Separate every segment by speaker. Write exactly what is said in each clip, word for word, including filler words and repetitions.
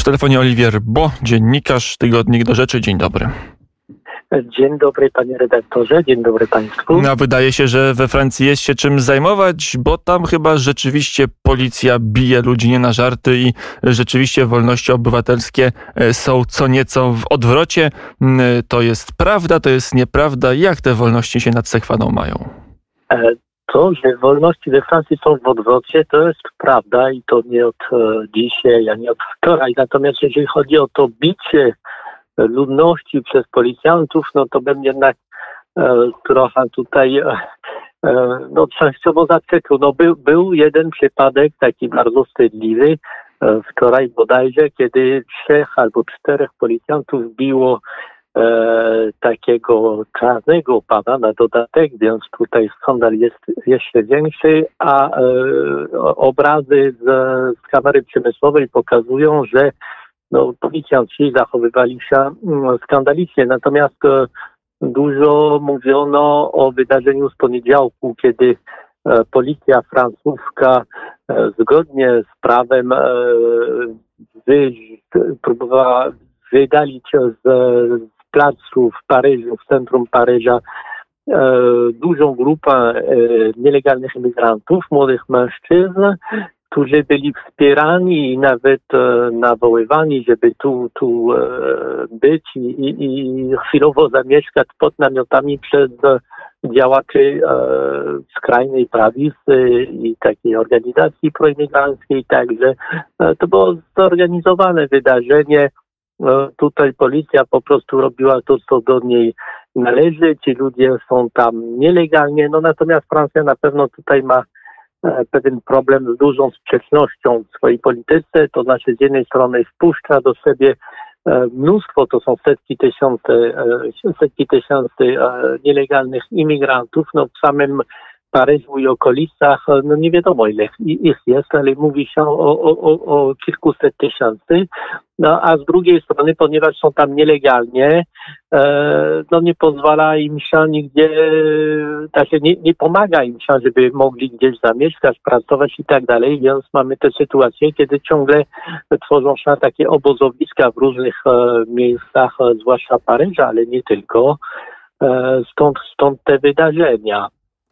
Speaker 1: Przy telefonie Olivier Bo, dziennikarz, tygodnik Do Rzeczy. Dzień dobry.
Speaker 2: Dzień dobry, panie redaktorze, dzień dobry państwu.
Speaker 1: No, wydaje się, że we Francji jest się czym zajmować, bo tam chyba rzeczywiście policja bije ludzi nie na żarty i rzeczywiście wolności obywatelskie są co nieco w odwrocie. To jest prawda, to jest nieprawda. Jak te wolności się nad Sekwaną mają?
Speaker 2: To, że wolności we Francji są w odwrocie, to jest prawda i to nie od dzisiaj, ani od wczoraj. Natomiast jeżeli chodzi o to bicie ludności przez policjantów, no to bym jednak e, trochę tutaj e, no częściowo zaczekał. No był, był jeden przypadek taki bardzo wstydliwy e, wczoraj bodajże, kiedy trzech albo czterech policjantów biło e, takiego czarnego pana na dodatek, więc tutaj skandal jest jeszcze większy, a e, obrazy z, z kamery przemysłowej pokazują, że no, policjanci zachowywali się skandalicznie, natomiast e, dużo mówiono o wydarzeniu z poniedziałku, kiedy e, policja francuska e, zgodnie z prawem e, wy, próbowała wydalić z, z placu w Paryżu, w centrum Paryża, e, dużą grupę e, nielegalnych imigrantów, młodych mężczyzn, którzy byli wspierani i nawet e, nawoływani, żeby tu, tu e, być i, i, i chwilowo zamieszkać pod namiotami przez e, działaczy e, skrajnej prawicy i takiej organizacji proimigranckiej. Także e, to było zorganizowane wydarzenie. E, tutaj policja po prostu robiła to, co do niej należy. Ci ludzie są tam nielegalnie. No natomiast Francja na pewno tutaj ma pewien problem z dużą sprzecznością w swojej polityce, to znaczy z jednej strony wpuszcza do siebie mnóstwo, to są setki tysięcy, setki tysięcy nielegalnych imigrantów, no w samym Paryżu i okolicach, no nie wiadomo ile ich jest, ale mówi się o, o, o, o kilkuset tysięcy, no a z drugiej strony, ponieważ są tam nielegalnie, e, no nie pozwala im się nigdzie, znaczy nie, nie pomaga im się, żeby mogli gdzieś zamieszkać, pracować i tak dalej, więc mamy tę sytuację, kiedy ciągle tworzą się takie obozowiska w różnych e, miejscach, e, zwłaszcza Paryża, ale nie tylko, e, stąd, stąd te wydarzenia.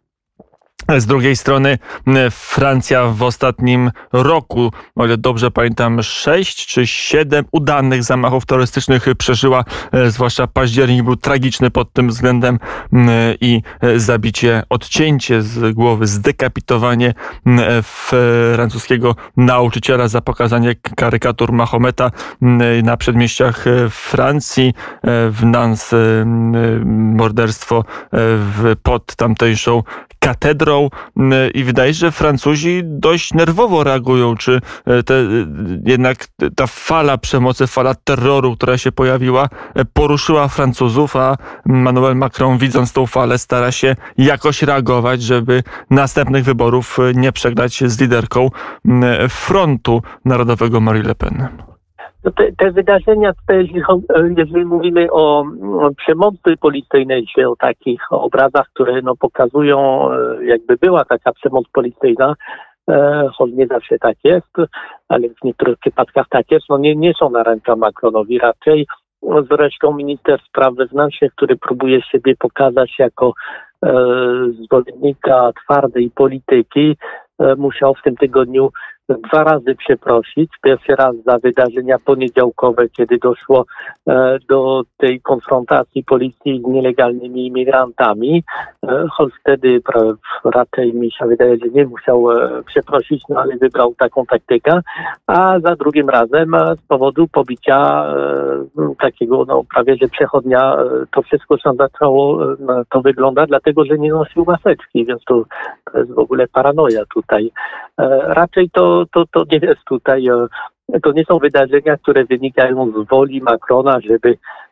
Speaker 1: Z drugiej strony Francja w ostatnim roku, o ile dobrze pamiętam, sześć czy siedem udanych zamachów terrorystycznych przeżyła, zwłaszcza październik był tragiczny pod tym względem i zabicie, odcięcie z głowy, zdekapitowanie francuskiego nauczyciela za pokazanie karykatur Mahometa na przedmieściach Francji, w Nantes morderstwo pod tamtejszą katedrą i wydaje się, że Francuzi dość nerwowo reagują. Czy te, jednak ta fala przemocy, fala terroru, która się pojawiła, poruszyła Francuzów, a Emmanuel Macron, widząc tą falę, stara się jakoś reagować, żeby następnych wyborów nie przegrać z liderką Frontu Narodowego Marine Le Pen.
Speaker 2: No te, te wydarzenia, jeżeli, jeżeli mówimy o, o przemocy policyjnej, czy o takich obrazach, które no, pokazują, jakby była taka przemoc policyjna, e, choć nie zawsze tak jest, ale w niektórych przypadkach tak jest, no nie, nie są na rękę Macronowi, raczej zresztą minister spraw wewnętrznych, który próbuje siebie pokazać jako e, zwolennika twardej polityki, e, musiał w tym tygodniu dwa razy przeprosić. Pierwszy raz za wydarzenia poniedziałkowe, kiedy doszło e, do tej konfrontacji policji z nielegalnymi imigrantami. E, choć wtedy pra, raczej mi się wydaje, że nie musiał e, przeprosić, no ale wybrał taką taktykę. A za drugim razem e, z powodu pobicia e, takiego no prawie że przechodnia e, to wszystko się zaczęło, e, to wygląda, dlatego że nie nosił maseczki, więc to, to jest w ogóle paranoja tutaj. E, raczej to To, to nie jest tutaj, to nie są wydarzenia, które wynikają z woli Macrona, żeby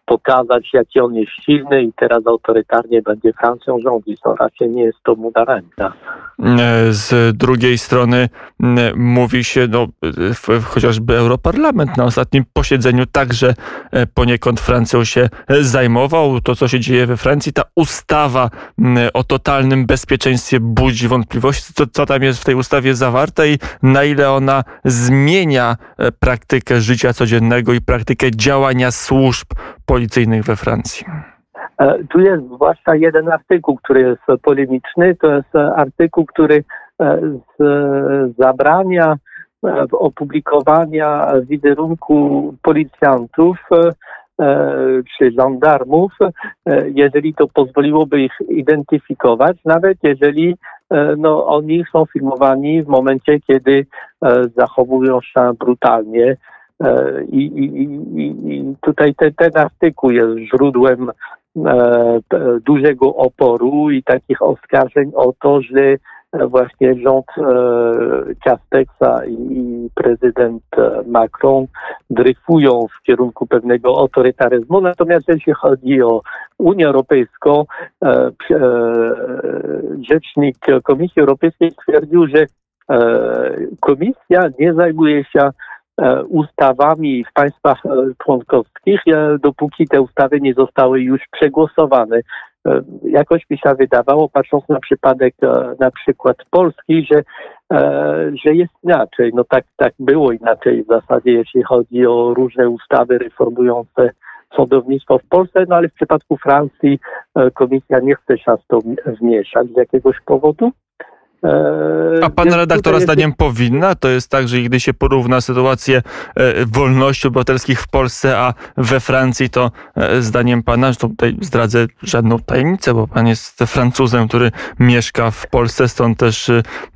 Speaker 2: pokazać, jaki on jest silny i teraz autorytarnie będzie Francją rządzić. To raczej nie jest to mu na rękę.
Speaker 1: Z drugiej strony mówi się, no, chociażby Europarlament na ostatnim posiedzeniu także poniekąd Francją się zajmował. To, co się dzieje we Francji, ta ustawa o totalnym bezpieczeństwie budzi wątpliwości, co, co tam jest w tej ustawie zawarte i na ile ona zmienia praktykę życia codziennego i praktykę działania służb policyjnych we Francji.
Speaker 2: Tu jest zwłaszcza jeden artykuł, który jest polemiczny. To jest artykuł, który zabrania opublikowania wizerunku policjantów czy żandarmów, jeżeli to pozwoliłoby ich identyfikować, nawet jeżeli no, oni są filmowani w momencie, kiedy zachowują się brutalnie. I, i, i, i tutaj te, ten artykuł jest źródłem e, dużego oporu i takich oskarżeń o to, że właśnie rząd e, Castexa i prezydent Macron dryfują w kierunku pewnego autorytaryzmu. Natomiast jeśli chodzi o Unię Europejską, e, e, rzecznik Komisji Europejskiej stwierdził, że e, Komisja nie zajmuje się ustawami w państwach członkowskich, dopóki te ustawy nie zostały już przegłosowane. Jakoś mi się wydawało, patrząc na przypadek, na przykład Polski, że, że jest inaczej. No tak, tak było inaczej w zasadzie, jeśli chodzi o różne ustawy reformujące sądownictwo w Polsce, no ale w przypadku Francji komisja nie chce się w to wmieszać z jakiegoś powodu.
Speaker 1: A pana redaktora zdaniem powinna? To jest tak, że gdy się porówna sytuację wolności obywatelskich w Polsce, a we Francji, to zdaniem pana, że tutaj zdradzę żadną tajemnicę, bo pan jest Francuzem, który mieszka w Polsce, stąd też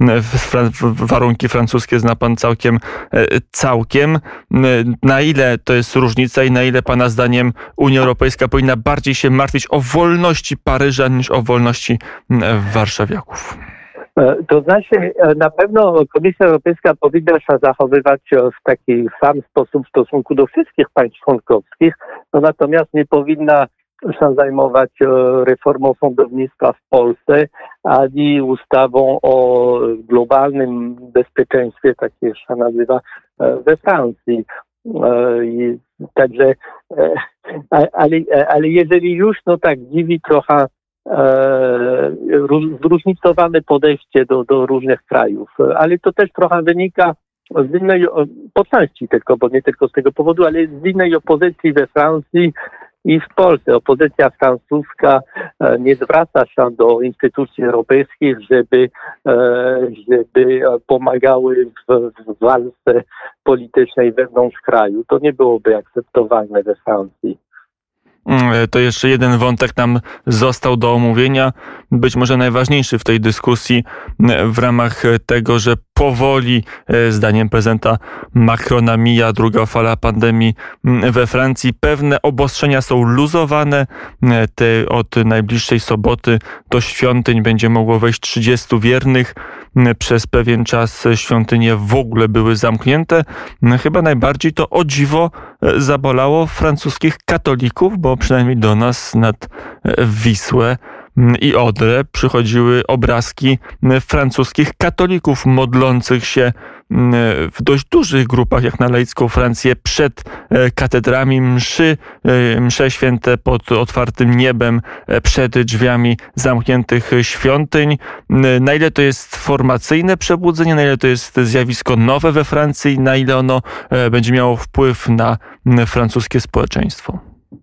Speaker 1: warunki francuskie zna pan całkiem, całkiem. Na ile to jest różnica i na ile pana zdaniem Unia Europejska powinna bardziej się martwić o wolności Paryża niż o wolności warszawiaków?
Speaker 2: To znaczy, na pewno Komisja Europejska powinna się zachowywać w taki sam sposób w stosunku do wszystkich państw członkowskich, no natomiast nie powinna się zajmować reformą sądownictwa w Polsce, ani ustawą o globalnym bezpieczeństwie, tak się nazywa, we Francji. I także, ale, ale jeżeli już, no tak dziwi trochę zróżnicowane podejście do, do różnych krajów, ale to też trochę wynika z innej, po części tylko, bo nie tylko z tego powodu, ale z innej opozycji we Francji i w Polsce. Opozycja francuska nie zwraca się do instytucji europejskich, żeby, żeby pomagały w, w walce politycznej wewnątrz kraju. To nie byłoby akceptowalne we Francji.
Speaker 1: To jeszcze jeden wątek nam został do omówienia, być może najważniejszy w tej dyskusji w ramach tego, że powoli, zdaniem prezydenta Macrona, mija druga fala pandemii we Francji. Pewne obostrzenia są luzowane. Te od najbliższej soboty do świątyń będzie mogło wejść trzydziestu wiernych. Przez pewien czas świątynie w ogóle były zamknięte. Chyba najbardziej to, o dziwo, zabolało francuskich katolików, bo przynajmniej do nas nad Wisłę i Odrę przychodziły obrazki francuskich katolików modlących się w dość dużych grupach, jak na laicką Francję, przed katedrami, mszy, msze święte pod otwartym niebem, przed drzwiami zamkniętych świątyń. Na ile to jest formacyjne przebudzenie, na ile to jest zjawisko nowe we Francji, na ile ono będzie miało wpływ na francuskie społeczeństwo?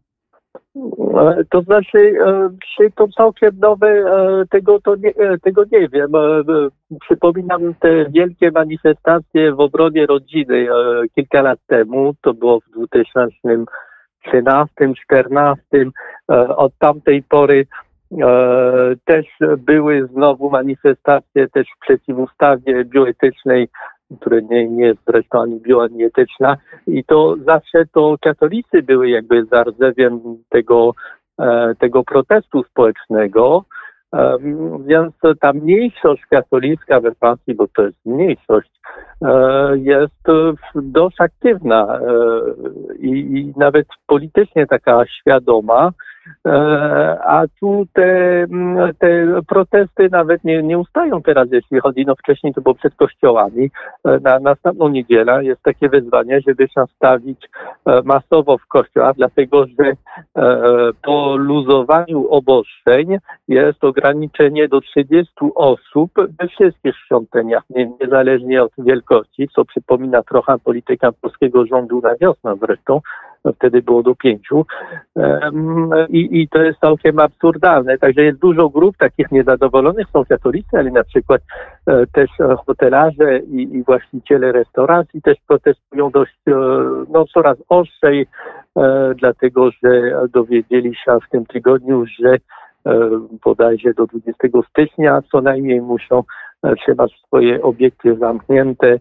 Speaker 2: To znaczy, czy to całkiem nowe, tego, to nie, tego nie wiem. Przypominam te wielkie manifestacje w obronie rodziny kilka lat temu. To było w dwa tysiące trzynastym, czternastym. Od tamtej pory też były znowu manifestacje też przeciw ustawie bioetycznej, które nie, nie jest zresztą ani bio, ani etyczna. I to zawsze to katolicy były jakby za rdzewiem tego, tego protestu społecznego. Więc ta mniejszość katolicka we Francji, bo to jest mniejszość, jest dość aktywna i, i nawet politycznie taka świadoma, a tu te, te protesty nawet nie, nie ustają teraz, jeśli chodzi, no wcześniej to było przed kościołami. Na następną niedzielę jest takie wezwanie, żeby się stawić masowo w kościołach, dlatego że po luzowaniu obostrzeń jest ograniczenie do trzydziestu osób we wszystkich świątyniach, nie, niezależnie od wielkości, co przypomina trochę politykę polskiego rządu na wiosnę zresztą. Wtedy było do pięciu I, i to jest całkiem absurdalne. Także jest dużo grup takich niezadowolonych, są katolicy, ale na przykład też hotelarze i, i właściciele restauracji też protestują dość, no coraz ostrzej, dlatego że dowiedzieli się w tym tygodniu, że bodajże do dwudziestego stycznia co najmniej muszą trzymać swoje obiekty zamknięte.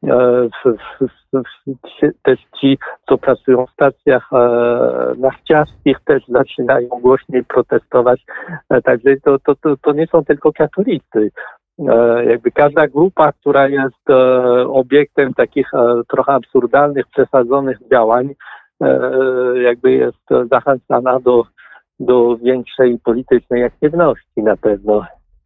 Speaker 2: Też ci, co pracują w stacjach narciarskich, też zaczynają głośniej protestować. Także to, to, to, to nie są tylko katolicy. Jakby każda grupa, która jest obiektem takich trochę absurdalnych, przesadzonych działań, jakby jest zachęcana do, do większej politycznej aktywności na pewno.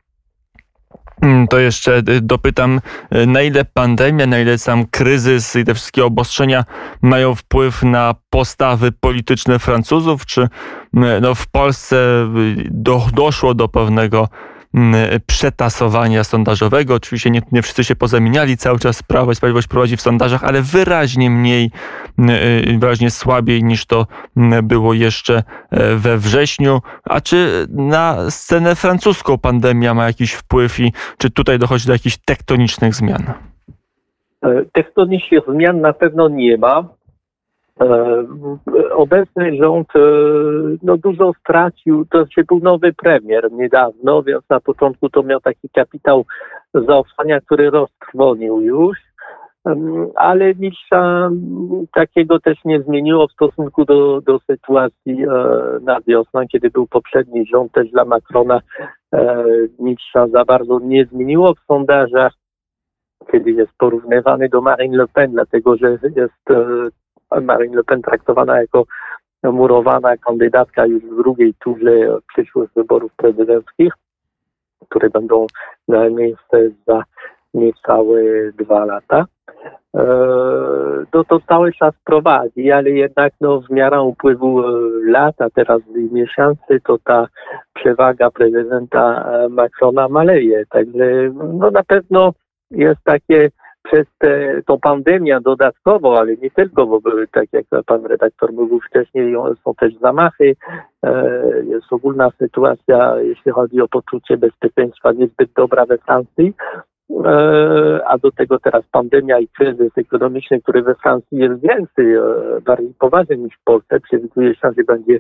Speaker 1: To jeszcze dopytam, na ile pandemia, na ile sam kryzys i te wszystkie obostrzenia mają wpływ na postawy polityczne Francuzów? Czy no, w Polsce do, doszło do pewnego przetasowania sondażowego? Oczywiście nie, nie wszyscy się pozamieniali, cały czas Prawo i Sprawiedliwość prowadzi w sondażach, ale wyraźnie mniej, wyraźnie słabiej niż to było jeszcze we wrześniu. A czy na scenę francuską pandemia ma jakiś wpływ i czy tutaj dochodzi do jakichś tektonicznych zmian?
Speaker 2: Tektonicznych zmian na pewno nie ma. Obecny rząd no, dużo stracił, to znaczy był nowy premier niedawno, więc na początku to miał taki kapitał zaufania, który roztrwonił już, ale nic takiego też nie zmieniło w stosunku do, do sytuacji na wiosnę, kiedy był poprzedni rząd, też dla Macrona nic za bardzo nie zmieniło w sondażach, kiedy jest porównywany do Marine Le Pen, dlatego że jest Marine Le Pen traktowana jako murowana kandydatka już w drugiej turze przyszłych wyborów prezydenckich, które będą miały miejsce za niecałe dwa lata. No to cały czas prowadzi, ale jednak no, w miarę upływu lat, a teraz i miesięcy, to ta przewaga prezydenta Macrona maleje. Także no, na pewno jest takie przez te, tą pandemię dodatkowo, ale nie tylko, bo były, tak jak pan redaktor mówił wcześniej, są też zamachy, jest ogólna sytuacja, jeśli chodzi o poczucie bezpieczeństwa, niezbyt dobra we Francji, a do tego teraz pandemia i kryzys ekonomiczny, który we Francji jest więcej, bardziej poważny niż w Polsce. Przewiduje się, że będzie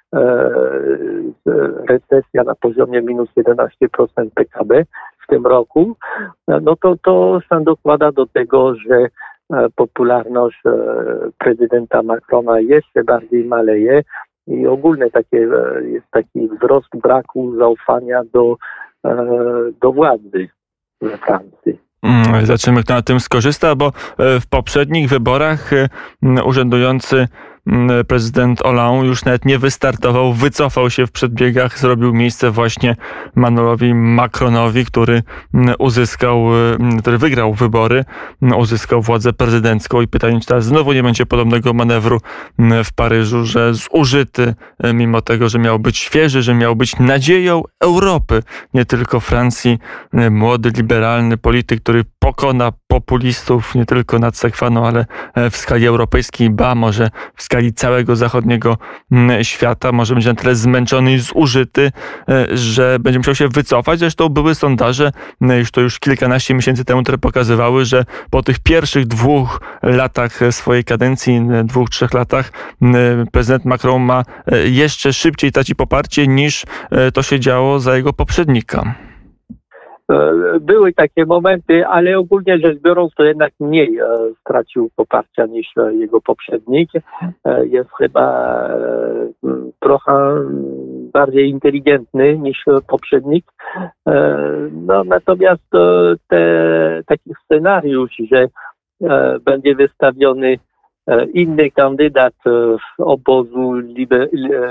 Speaker 2: recesja na poziomie minus jedenaście procent P K B w tym roku, no to to się dokłada do tego, że popularność prezydenta Macrona jeszcze bardziej maleje i ogólnie takie, jest taki wzrost braku zaufania do, do władzy we Francji.
Speaker 1: Zobaczymy, kto na tym skorzysta, bo w poprzednich wyborach urzędujący prezydent Hollande już nawet nie wystartował, wycofał się w przedbiegach, zrobił miejsce właśnie Emmanuelowi Macronowi, który uzyskał, który wygrał wybory, uzyskał władzę prezydencką i pytanie, czy teraz znowu nie będzie podobnego manewru w Paryżu, że zużyty, mimo tego, że miał być świeży, że miał być nadzieją Europy, nie tylko Francji, młody, liberalny polityk, który pokona populistów nie tylko nad Sekwaną, ale w skali europejskiej, ba, może w skali całego zachodniego świata, może będzie na tyle zmęczony i zużyty, że będzie musiał się wycofać. Zresztą były sondaże, już to już kilkanaście miesięcy temu, które pokazywały, że po tych pierwszych dwóch latach swojej kadencji, dwóch, trzech latach, prezydent Macron ma jeszcze szybciej traci poparcie niż to się działo za jego poprzednika.
Speaker 2: były takie momenty, ale ogólnie rzecz biorąc, to jednak mniej stracił poparcia niż jego poprzednik. Jest chyba trochę bardziej inteligentny niż poprzednik. No, natomiast te, taki scenariusz, że będzie wystawiony inny kandydat obozu liber,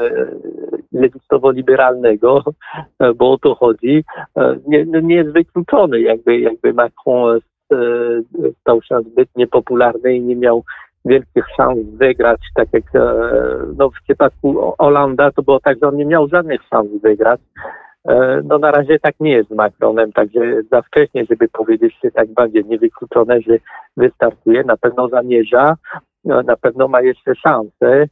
Speaker 2: lewicowo-liberalnego, bo o to chodzi, nie, nie jest wykluczony, jakby, jakby Macron stał się zbyt niepopularny i nie miał wielkich szans wygrać, tak jak no, w przypadku Hollanda to było tak, że on nie miał żadnych szans wygrać. No na razie tak nie jest z Macronem, także za wcześnie, żeby powiedzieć, że tak będzie niewykluczone, że wystartuje, na pewno zamierza, na pewno ma jeszcze szansę.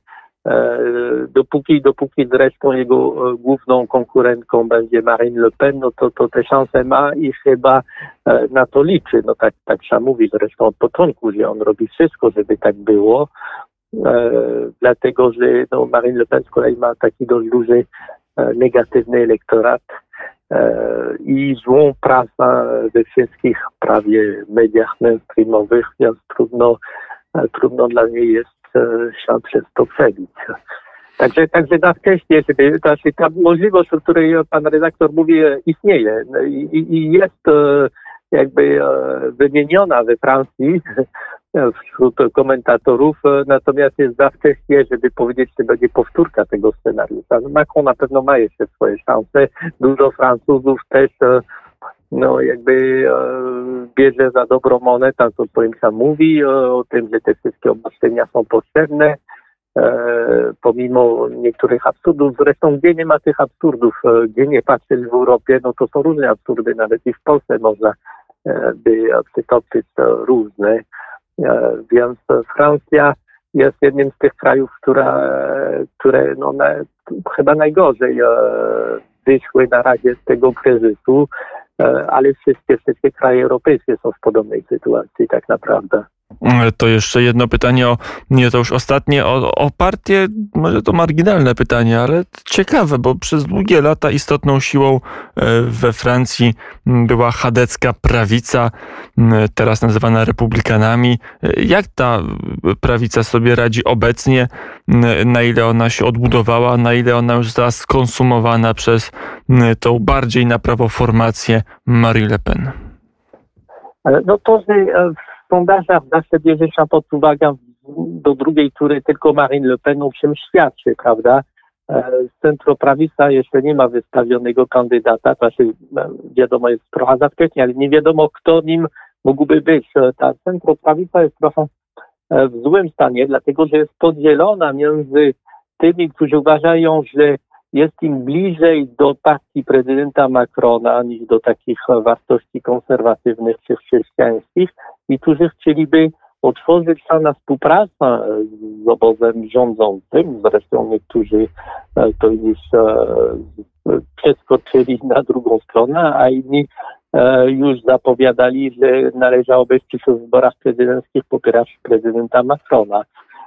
Speaker 2: Dopóki, dopóki zresztą jego główną konkurentką będzie Marine Le Pen, no to, to te szanse ma i chyba na to liczy. No tak, tak trzeba mówić zresztą od początku, że on robi wszystko, żeby tak było, dlatego że no, Marine Le Pen z kolei ma taki dość duży negatywny elektorat i złą prasę we wszystkich prawie mediach mainstreamowych, więc trudno, trudno dla niej jest się przez to przebić. Także, także na wcześniej, żeby, znaczy ta możliwość, o której pan redaktor mówi, istnieje i, i jest jakby wymieniona we Francji wśród komentatorów, natomiast jest za wcześnie, żeby powiedzieć, że będzie powtórka tego scenariusza. Macron na pewno ma jeszcze swoje szanse. Dużo Francuzów też no jakby e, bierze za dobrą monetę, to co im się mówi, o, o tym, że te wszystkie obostrzenia są potrzebne, e, pomimo niektórych absurdów. Zresztą gdzie nie ma tych absurdów, e, gdzie nie patrzeć w Europie, no to są różne absurdy, nawet i w Polsce można e, by przytoczyć różne. E, więc Francja jest jednym z tych krajów, która, które no, na, chyba najgorzej e, wyszły na razie z tego kryzysu, ale wszystkie, wszystkie kraje europejskie są w podobnej sytuacji tak naprawdę.
Speaker 1: To jeszcze jedno pytanie, o, nie to już ostatnie, o, o partię, może to marginalne pytanie, ale ciekawe, bo przez długie lata istotną siłą we Francji była chadecka prawica, teraz nazywana republikanami. Jak ta prawica sobie radzi obecnie? Na ile ona się odbudowała? Na ile ona już została skonsumowana przez tą bardziej na prawo formację Marine Le Pen?
Speaker 2: No to, że w sondażach zawsze bierze się pod uwagę do drugiej tury tylko Marine Le Pen, o czym świadczy, prawda? Centroprawica jeszcze nie ma wystawionego kandydata, to znaczy wiadomo jest trochę za wcześnie, ale nie wiadomo kto nim mógłby być. Ta centroprawica jest trochę w złym stanie, dlatego że jest podzielona między tymi, którzy uważają, że jest im bliżej do partii prezydenta Macrona niż do takich wartości konserwatywnych czy chrześcijańskich i którzy chcieliby otworzyć się na współpracę z obozem rządzącym. Zresztą niektórzy to już przeskoczyli na drugą stronę, a inni już zapowiadali, że należałoby w przyszłych wyborach prezydenckich popierać prezydenta Macrona.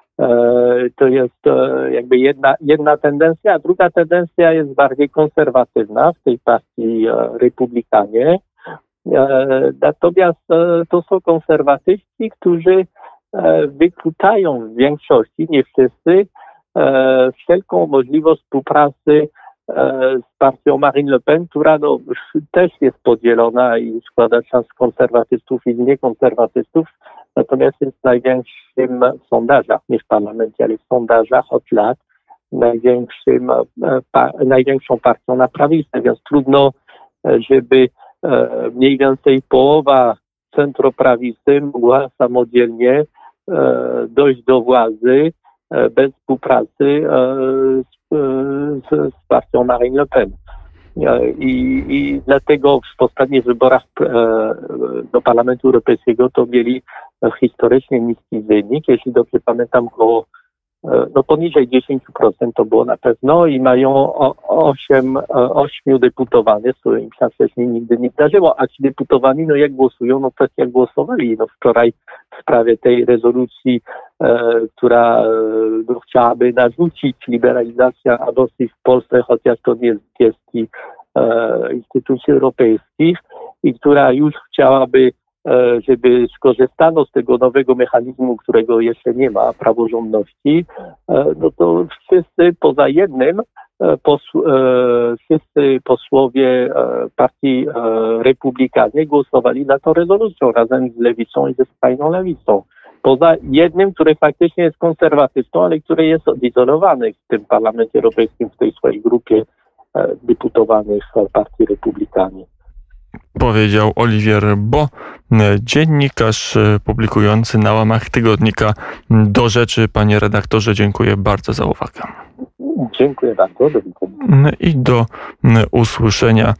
Speaker 2: To jest jakby jedna, jedna tendencja, a druga tendencja jest bardziej konserwatywna w tej partii Republikanie. Natomiast to są konserwatyści, którzy wykluczają w większości, nie wszyscy, wszelką możliwość współpracy z partią Marine Le Pen, która no, też jest podzielona i składa się z konserwatystów i z niekonserwatystów, natomiast jest największym w sondażach, nie w parlamencie, ale w sondażach od lat największym, pa, największą partią na prawicy, więc trudno, żeby mniej więcej połowa centroprawicy mogła samodzielnie dojść do władzy bez współpracy z, z, z partią Marine Le Pen. I, I dlatego w ostatnich wyborach do Parlamentu Europejskiego to mieli historycznie niski wynik, jeśli dobrze pamiętam, około no poniżej dziesięć procent to było na pewno i mają osiem, ośmiu deputowanych, z którymi się wcześniej nigdy nie zdarzyło, a ci deputowani, no jak głosują, no tak jak głosowali. No wczoraj w sprawie tej rezolucji, e, która no, chciałaby narzucić liberalizację aborcji w Polsce, chociaż to nie jest w gestii e, instytucji europejskich i która już chciałaby, żeby skorzystano z tego nowego mechanizmu, którego jeszcze nie ma, praworządności, no to wszyscy poza jednym, posł, wszyscy posłowie partii republikańskiej głosowali na tą rezolucją razem z lewicą i ze skrajną lewicą. Poza jednym, który faktycznie jest konserwatystą, ale który jest odizolowany w tym Parlamencie Europejskim, w tej swojej grupie deputowanych partii republikańskiej.
Speaker 1: Powiedział Olivier Bo, dziennikarz publikujący na łamach tygodnika Do Rzeczy. Panie redaktorze, dziękuję bardzo za uwagę.
Speaker 2: Dziękuję bardzo. Do widzenia.
Speaker 1: I do usłyszenia